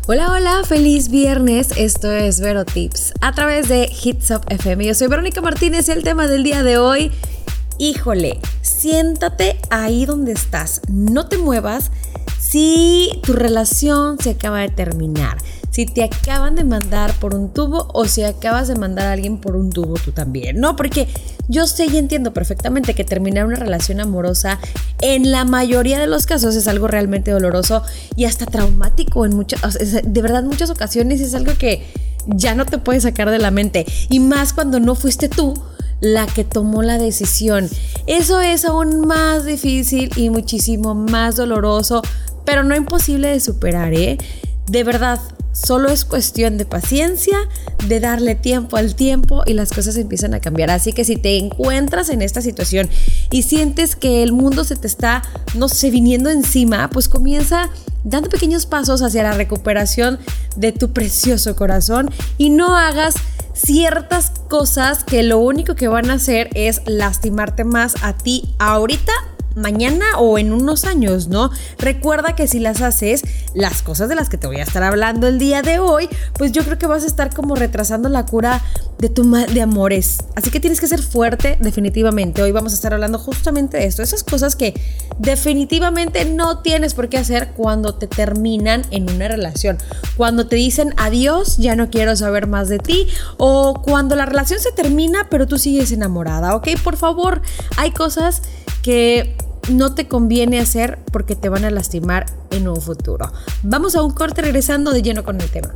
Hola, hola, feliz viernes, esto es Vero Tips a través de Hits Up FM. Yo soy Verónica Martínez y el tema del día de hoy, híjole, siéntate ahí donde estás, no te muevas si tu relación se acaba de terminar, si te acaban de mandar por un tubo o si acabas de mandar a alguien por un tubo tú también, ¿no? Porque yo sé y entiendo perfectamente que terminar una relación amorosa en la mayoría de los casos es algo realmente doloroso y hasta traumático de verdad en muchas ocasiones es algo que ya no te puedes sacar de la mente y más cuando no fuiste tú la que tomó la decisión. Eso es aún más difícil y muchísimo más doloroso, pero no imposible de superar, ¿eh? De verdad, solo es cuestión de paciencia, de darle tiempo al tiempo y las cosas empiezan a cambiar. Así que si te encuentras en esta situación y sientes que el mundo se te está, no sé, viniendo encima, pues comienza dando pequeños pasos hacia la recuperación de tu precioso corazón y no hagas ciertas cosas que lo único que van a hacer es lastimarte más a ti ahorita, mañana o en unos años, ¿no? Recuerda que si las haces, las cosas de las que te voy a estar hablando el día de hoy, pues yo creo que vas a estar como retrasando la cura de amores. Así que tienes que ser fuerte, definitivamente. Hoy vamos a estar hablando justamente de esto, esas cosas que definitivamente no tienes por qué hacer cuando te terminan en una relación. Cuando te dicen adiós, ya no quiero saber más de ti, o cuando la relación se termina, pero tú sigues enamorada, ¿ok? Por favor, hay cosas que no te conviene hacer porque te van a lastimar en un futuro. Vamos a un corte regresando de lleno con el tema.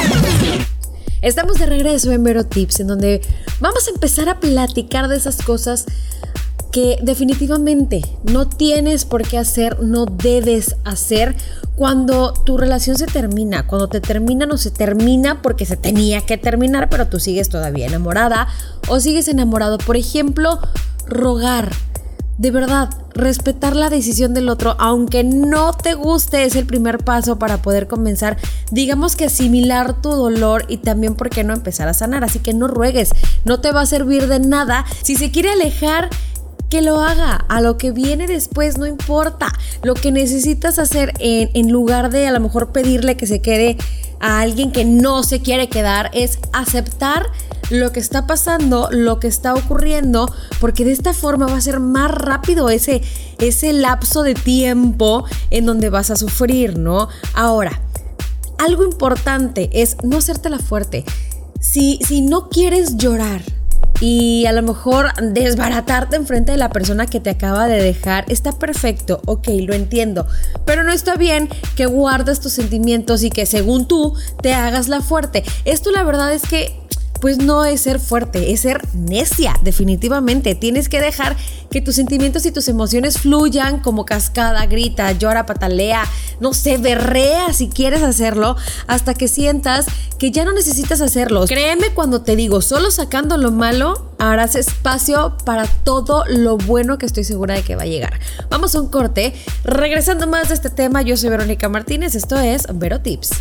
Estamos de regreso en Vero Tips, en donde vamos a empezar a platicar de esas cosas que definitivamente no tienes por qué hacer, no debes hacer cuando tu relación se termina. Cuando te termina, no se termina porque se tenía que terminar, pero tú sigues todavía enamorada o sigues enamorado. Por ejemplo, rogar. De verdad, respetar la decisión del otro, aunque no te guste, es el primer paso para poder comenzar, digamos que asimilar tu dolor y también, ¿por qué no empezar a sanar? Así que no ruegues, no te va a servir de nada. Si se quiere alejar, que lo haga, a lo que viene después no importa. Lo que necesitas hacer en lugar de a lo mejor pedirle que se quede a alguien que no se quiere quedar es aceptar lo que está pasando, lo que está ocurriendo, porque de esta forma va a ser más rápido ese lapso de tiempo en donde vas a sufrir, ¿no? Ahora, algo importante es no hacértela fuerte. Si no quieres llorar y a lo mejor desbaratarte enfrente de la persona que te acaba de dejar, está perfecto, ok, lo entiendo, pero no está bien que guardes tus sentimientos y que según tú te hagas la fuerte. Esto la verdad es que pues no es ser fuerte, es ser necia, definitivamente. Tienes que dejar que tus sentimientos y tus emociones fluyan como cascada, grita, llora, patalea, no sé, berrea si quieres hacerlo, hasta que sientas que ya no necesitas hacerlo. Créeme cuando te digo, solo sacando lo malo, harás espacio para todo lo bueno que estoy segura de que va a llegar. Vamos a un corte, regresando más de este tema, yo soy Verónica Martínez, esto es Vero Tips.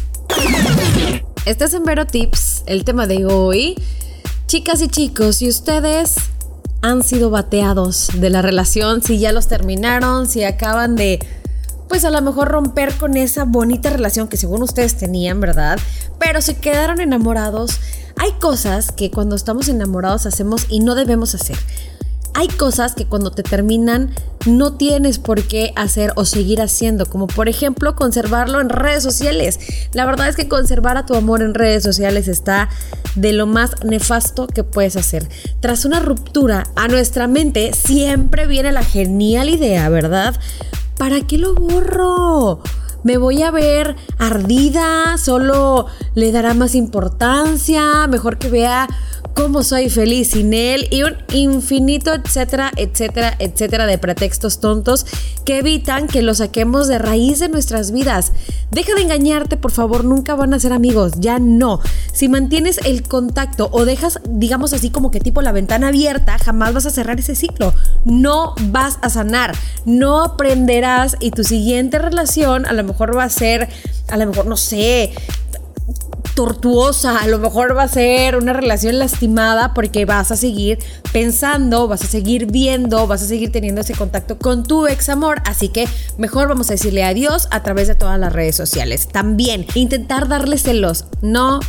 Estás en Vero Tips, el tema de hoy. Chicas y chicos, si ustedes han sido bateados de la relación, si ya los terminaron, si acaban de, pues a lo mejor romper con esa bonita relación que según ustedes tenían, ¿verdad? Pero se quedaron enamorados. Hay cosas que cuando estamos enamorados hacemos y no debemos hacer. Hay cosas que cuando te terminan no tienes por qué hacer o seguir haciendo, como por ejemplo conservarlo en redes sociales. La verdad es que conservar a tu amor en redes sociales está de lo más nefasto que puedes hacer. Tras una ruptura, a nuestra mente siempre viene la genial idea, ¿verdad? ¿Para qué lo borro? Me voy a ver ardida, solo le dará más importancia, mejor que vea cómo soy feliz sin él y un infinito etcétera, etcétera, etcétera de pretextos tontos que evitan que lo saquemos de raíz de nuestras vidas. Deja de engañarte, por favor, nunca van a ser amigos, ya no. Si mantienes el contacto o dejas, digamos así como que tipo la ventana abierta, jamás vas a cerrar ese ciclo. No vas a sanar, no aprenderás y tu siguiente relación a lo mejor va a ser, no sé, tortuosa, a lo mejor va a ser una relación lastimada porque vas a seguir pensando, vas a seguir viendo, vas a seguir teniendo ese contacto con tu ex amor, así que mejor vamos a decirle adiós a través de todas las redes sociales. También intentar darle celos, no.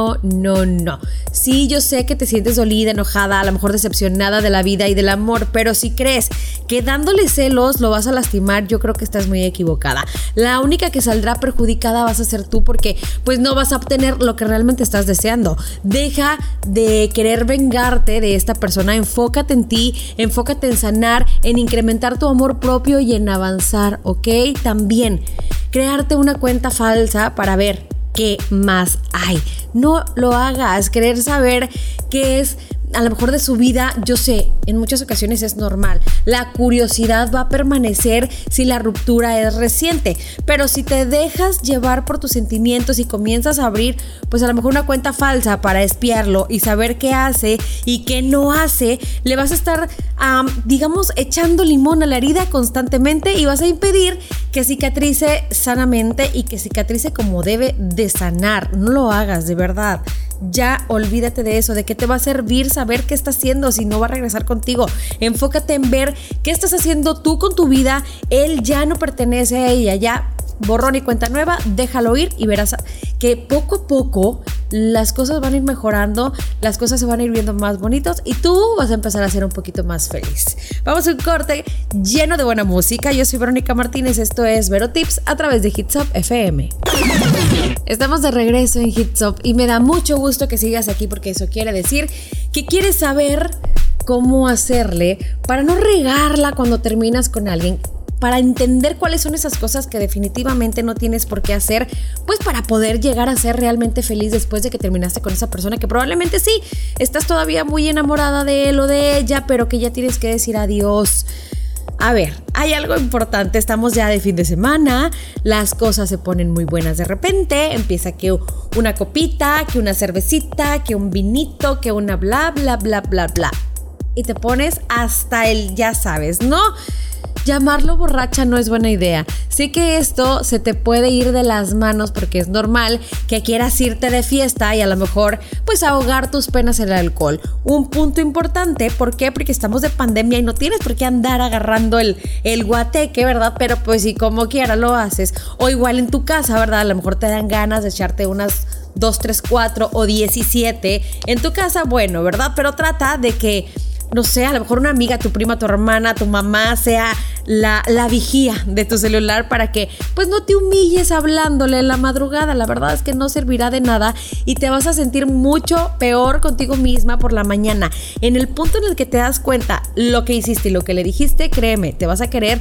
Sí, yo sé que te sientes dolida, enojada, a lo mejor decepcionada de la vida y del amor, pero si crees que dándole celos lo vas a lastimar, yo creo que estás muy equivocada. La única que saldrá perjudicada vas a ser tú, porque pues no vas a obtener lo que realmente estás deseando. Deja de querer vengarte de esta persona, enfócate en ti, enfócate en sanar, en incrementar tu amor propio y en avanzar, ¿ok? También crearte una cuenta falsa para ver qué más hay. No lo hagas. Querer saber qué es a lo mejor de su vida, yo sé, en muchas ocasiones es normal. La curiosidad va a permanecer si la ruptura es reciente, pero si te dejas llevar por tus sentimientos y comienzas a abrir, pues a lo mejor una cuenta falsa para espiarlo y saber qué hace y qué no hace, le vas a estar, digamos, echando limón a la herida constantemente y vas a impedir que cicatrice sanamente y que cicatrice como debe de sanar. No lo hagas, de verdad. Ya olvídate de eso, de qué te va a servir saber qué está haciendo si no va a regresar contigo. Enfócate en ver qué estás haciendo tú con tu vida. Él ya no pertenece a ella, ya borrón y cuenta nueva, déjalo ir y verás que poco a poco las cosas van a ir mejorando, las cosas se van a ir viendo más bonitos y tú vas a empezar a ser un poquito más feliz. Vamos a un corte lleno de buena música. Yo soy Verónica Martínez, esto es Vero Tips a través de Hits Up FM. Estamos de regreso en Hits Up y me da mucho gusto que sigas aquí, porque eso quiere decir que quieres saber cómo hacerle para no regarla cuando terminas con alguien, para entender cuáles son esas cosas que definitivamente no tienes por qué hacer, pues para poder llegar a ser realmente feliz después de que terminaste con esa persona que probablemente sí, estás todavía muy enamorada de él o de ella, pero que ya tienes que decir adiós. A ver, hay algo importante, estamos ya de fin de semana, las cosas se ponen muy buenas de repente, empieza que una copita, que una cervecita, que un vinito, que una bla, bla, bla, bla, bla. Y te pones hasta el ya sabes, ¿no? Llamarlo borracha no es buena idea. Sé que esto se te puede ir de las manos porque es normal que quieras irte de fiesta y a lo mejor pues ahogar tus penas en el alcohol. Un punto importante, ¿por qué? Porque estamos de pandemia y no tienes por qué andar agarrando el guateque, ¿verdad? Pero pues si como quiera lo haces. O igual en tu casa, ¿verdad? A lo mejor te dan ganas de echarte unas 2, 3, 4 o 17 en tu casa, bueno, ¿verdad? Pero trata de que, no sé, a lo mejor una amiga, tu prima, tu hermana, tu mamá sea la vigía de tu celular para que pues no te humilles hablándole en la madrugada. La verdad es que no servirá de nada y te vas a sentir mucho peor contigo misma por la mañana. En el punto en el que te das cuenta lo que hiciste y lo que le dijiste, créeme, te vas a querer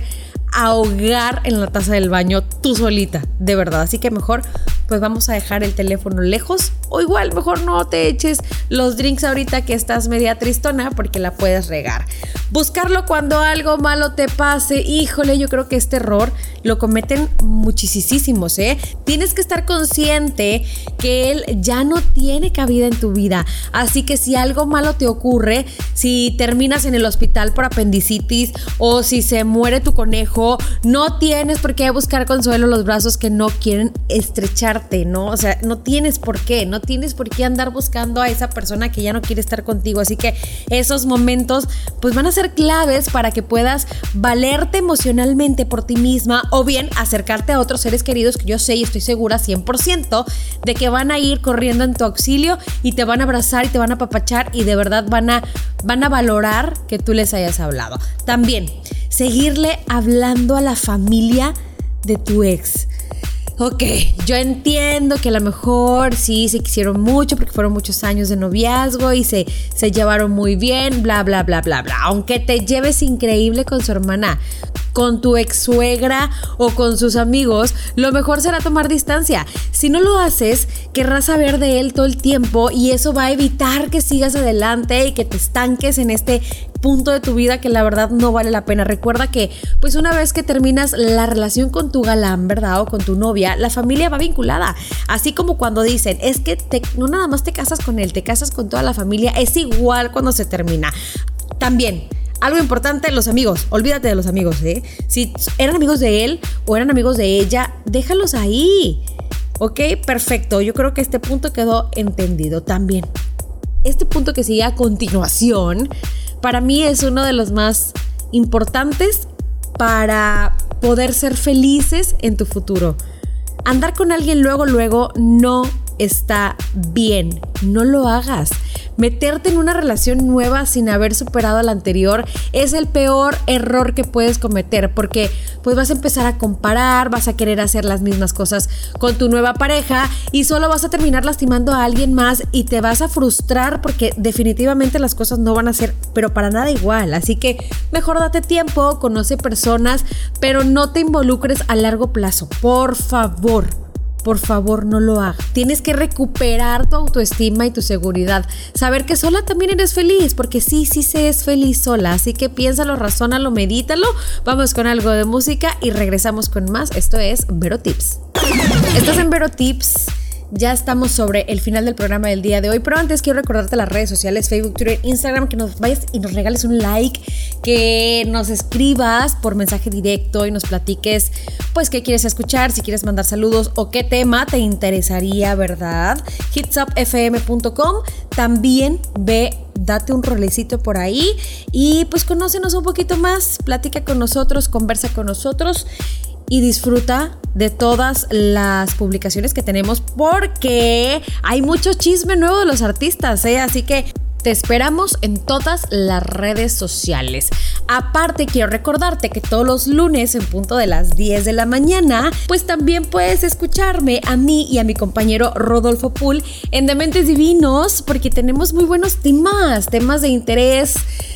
ahogar en la taza del baño tú solita, de verdad. Así que mejor pues vamos a dejar el teléfono lejos, o igual mejor no te eches los drinks ahorita que estás media tristona porque la puedes regar. Buscarlo cuando algo malo te pase, híjole, yo creo que este error lo cometen muchísimos, ¿eh? Tienes que estar consciente que él ya no tiene cabida en tu vida, así que si algo malo te ocurre, si terminas en el hospital por apendicitis o si se muere tu conejo, no tienes por qué buscar consuelo en los brazos que no quieren estrecharte, ¿no? O sea, no tienes por qué andar buscando a esa persona que ya no quiere estar contigo, así que esos momentos pues van a ser claves para que puedas valerte emocionalmente por ti misma, o bien acercarte a otros seres queridos que yo sé y estoy segura 100% de que van a ir corriendo en tu auxilio y te van a abrazar y te van a apapachar y de verdad van a valorar que tú les hayas hablado. También seguirle hablando a la familia de tu ex. Ok, yo entiendo que a lo mejor sí se quisieron mucho porque fueron muchos años de noviazgo y se llevaron muy bien, bla, bla, bla, bla, bla. Aunque te lleves increíble con su hermana, con tu ex suegra o con sus amigos, lo mejor será tomar distancia. Si no lo haces, querrás saber de él todo el tiempo y eso va a evitar que sigas adelante y que te estanques en este punto de tu vida que la verdad no vale la pena. Recuerda que pues una vez que terminas la relación con tu galán, ¿verdad? O con tu novia, la familia va vinculada. Así como cuando dicen, es que no nada más te casas con él, te casas con toda la familia, es igual cuando se termina. También algo importante, los amigos, olvídate de los amigos, ¿eh? Si eran amigos de él o eran amigos de ella, déjalos ahí. ¿Ok? Perfecto. Yo creo que este punto quedó entendido también. Este punto que sigue a continuación, para mí es uno de los más importantes para poder ser felices en tu futuro. Andar con alguien luego no está bien. No lo hagas. Meterte en una relación nueva sin haber superado la anterior es el peor error que puedes cometer, porque pues vas a empezar a comparar, vas a querer hacer las mismas cosas con tu nueva pareja y solo vas a terminar lastimando a alguien más y te vas a frustrar porque definitivamente las cosas no van a ser pero para nada igual. Así que mejor date tiempo, conoce personas, pero no te involucres a largo plazo. Por favor, no lo hagas. Tienes que recuperar tu autoestima y tu seguridad. Saber que sola también eres feliz, porque sí se es feliz sola. Así que piénsalo, razónalo, medítalo. Vamos con algo de música y regresamos con más. Esto es Vero Tips. Estás en Vero Tips. Ya estamos sobre el final del programa del día de hoy, pero antes quiero recordarte las redes sociales, Facebook, Twitter, Instagram, que nos vayas y nos regales un like, que nos escribas por mensaje directo y nos platiques pues qué quieres escuchar, si quieres mandar saludos o qué tema te interesaría, ¿verdad? hitsupfm.com. También date un rolecito por ahí y pues conócenos un poquito más, platica con nosotros, conversa con nosotros y disfruta de todas las publicaciones que tenemos, porque hay mucho chisme nuevo de los artistas, así que te esperamos en todas las redes sociales. Aparte, quiero recordarte que todos los lunes en punto de las 10 de la mañana, pues también puedes escucharme a mí y a mi compañero Rodolfo Pool en Dementes Divinos, porque tenemos muy buenos temas de interés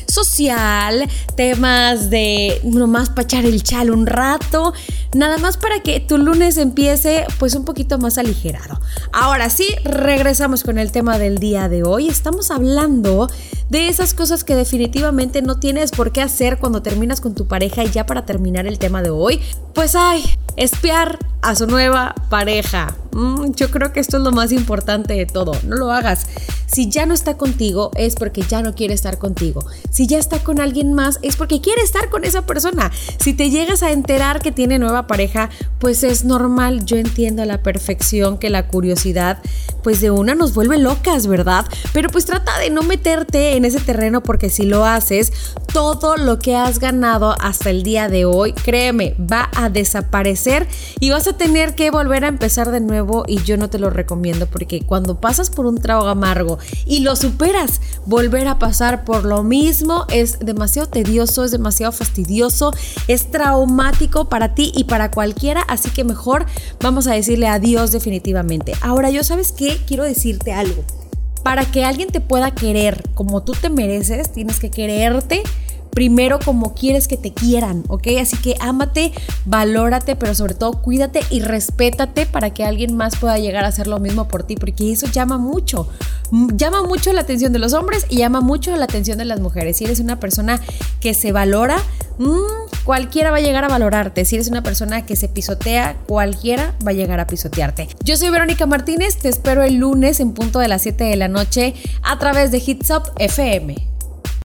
social, temas de nomás para echar el chal un rato, nada más para que tu lunes empiece pues un poquito más aligerado. Ahora sí, regresamos con el tema del día de hoy. Estamos hablando de esas cosas que definitivamente no tienes por qué hacer cuando terminas con tu pareja. Y ya para terminar el tema de hoy, pues espiar a su nueva pareja. Yo creo que esto es lo más importante de todo. No lo hagas. Si ya no está contigo, es porque ya no quiere estar contigo. Si ya está con alguien más, es porque quiere estar con esa persona. Si te llegas a enterar que tiene nueva pareja, pues es normal. Yo entiendo a la perfección que la curiosidad, pues de una nos vuelve locas, ¿verdad? Pero pues trata de no meterte en ese terreno, porque si lo haces, todo lo que has ganado hasta el día de hoy, créeme, va a desaparecer y vas a tener que volver a empezar de nuevo, y yo no te lo recomiendo, porque cuando pasas por un trago amargo y lo superas, volver a pasar por lo mismo es demasiado tedioso, es demasiado fastidioso, es traumático para ti y para cualquiera, así que mejor vamos a decirle adiós definitivamente. Ahora, yo, ¿sabes qué? Quiero decirte algo. Para que alguien te pueda querer como tú te mereces, tienes que quererte primero como quieres que te quieran, ¿ok? Así que ámate, valórate, pero sobre todo cuídate y respétate para que alguien más pueda llegar a hacer lo mismo por ti, porque eso llama mucho la atención de los hombres y llama mucho la atención de las mujeres. Si eres una persona que se valora, cualquiera va a llegar a valorarte. Si eres una persona que se pisotea, cualquiera va a llegar a pisotearte. Yo soy Verónica Martínez, te espero el lunes en punto de las 7 de la noche a través de Hits Up FM.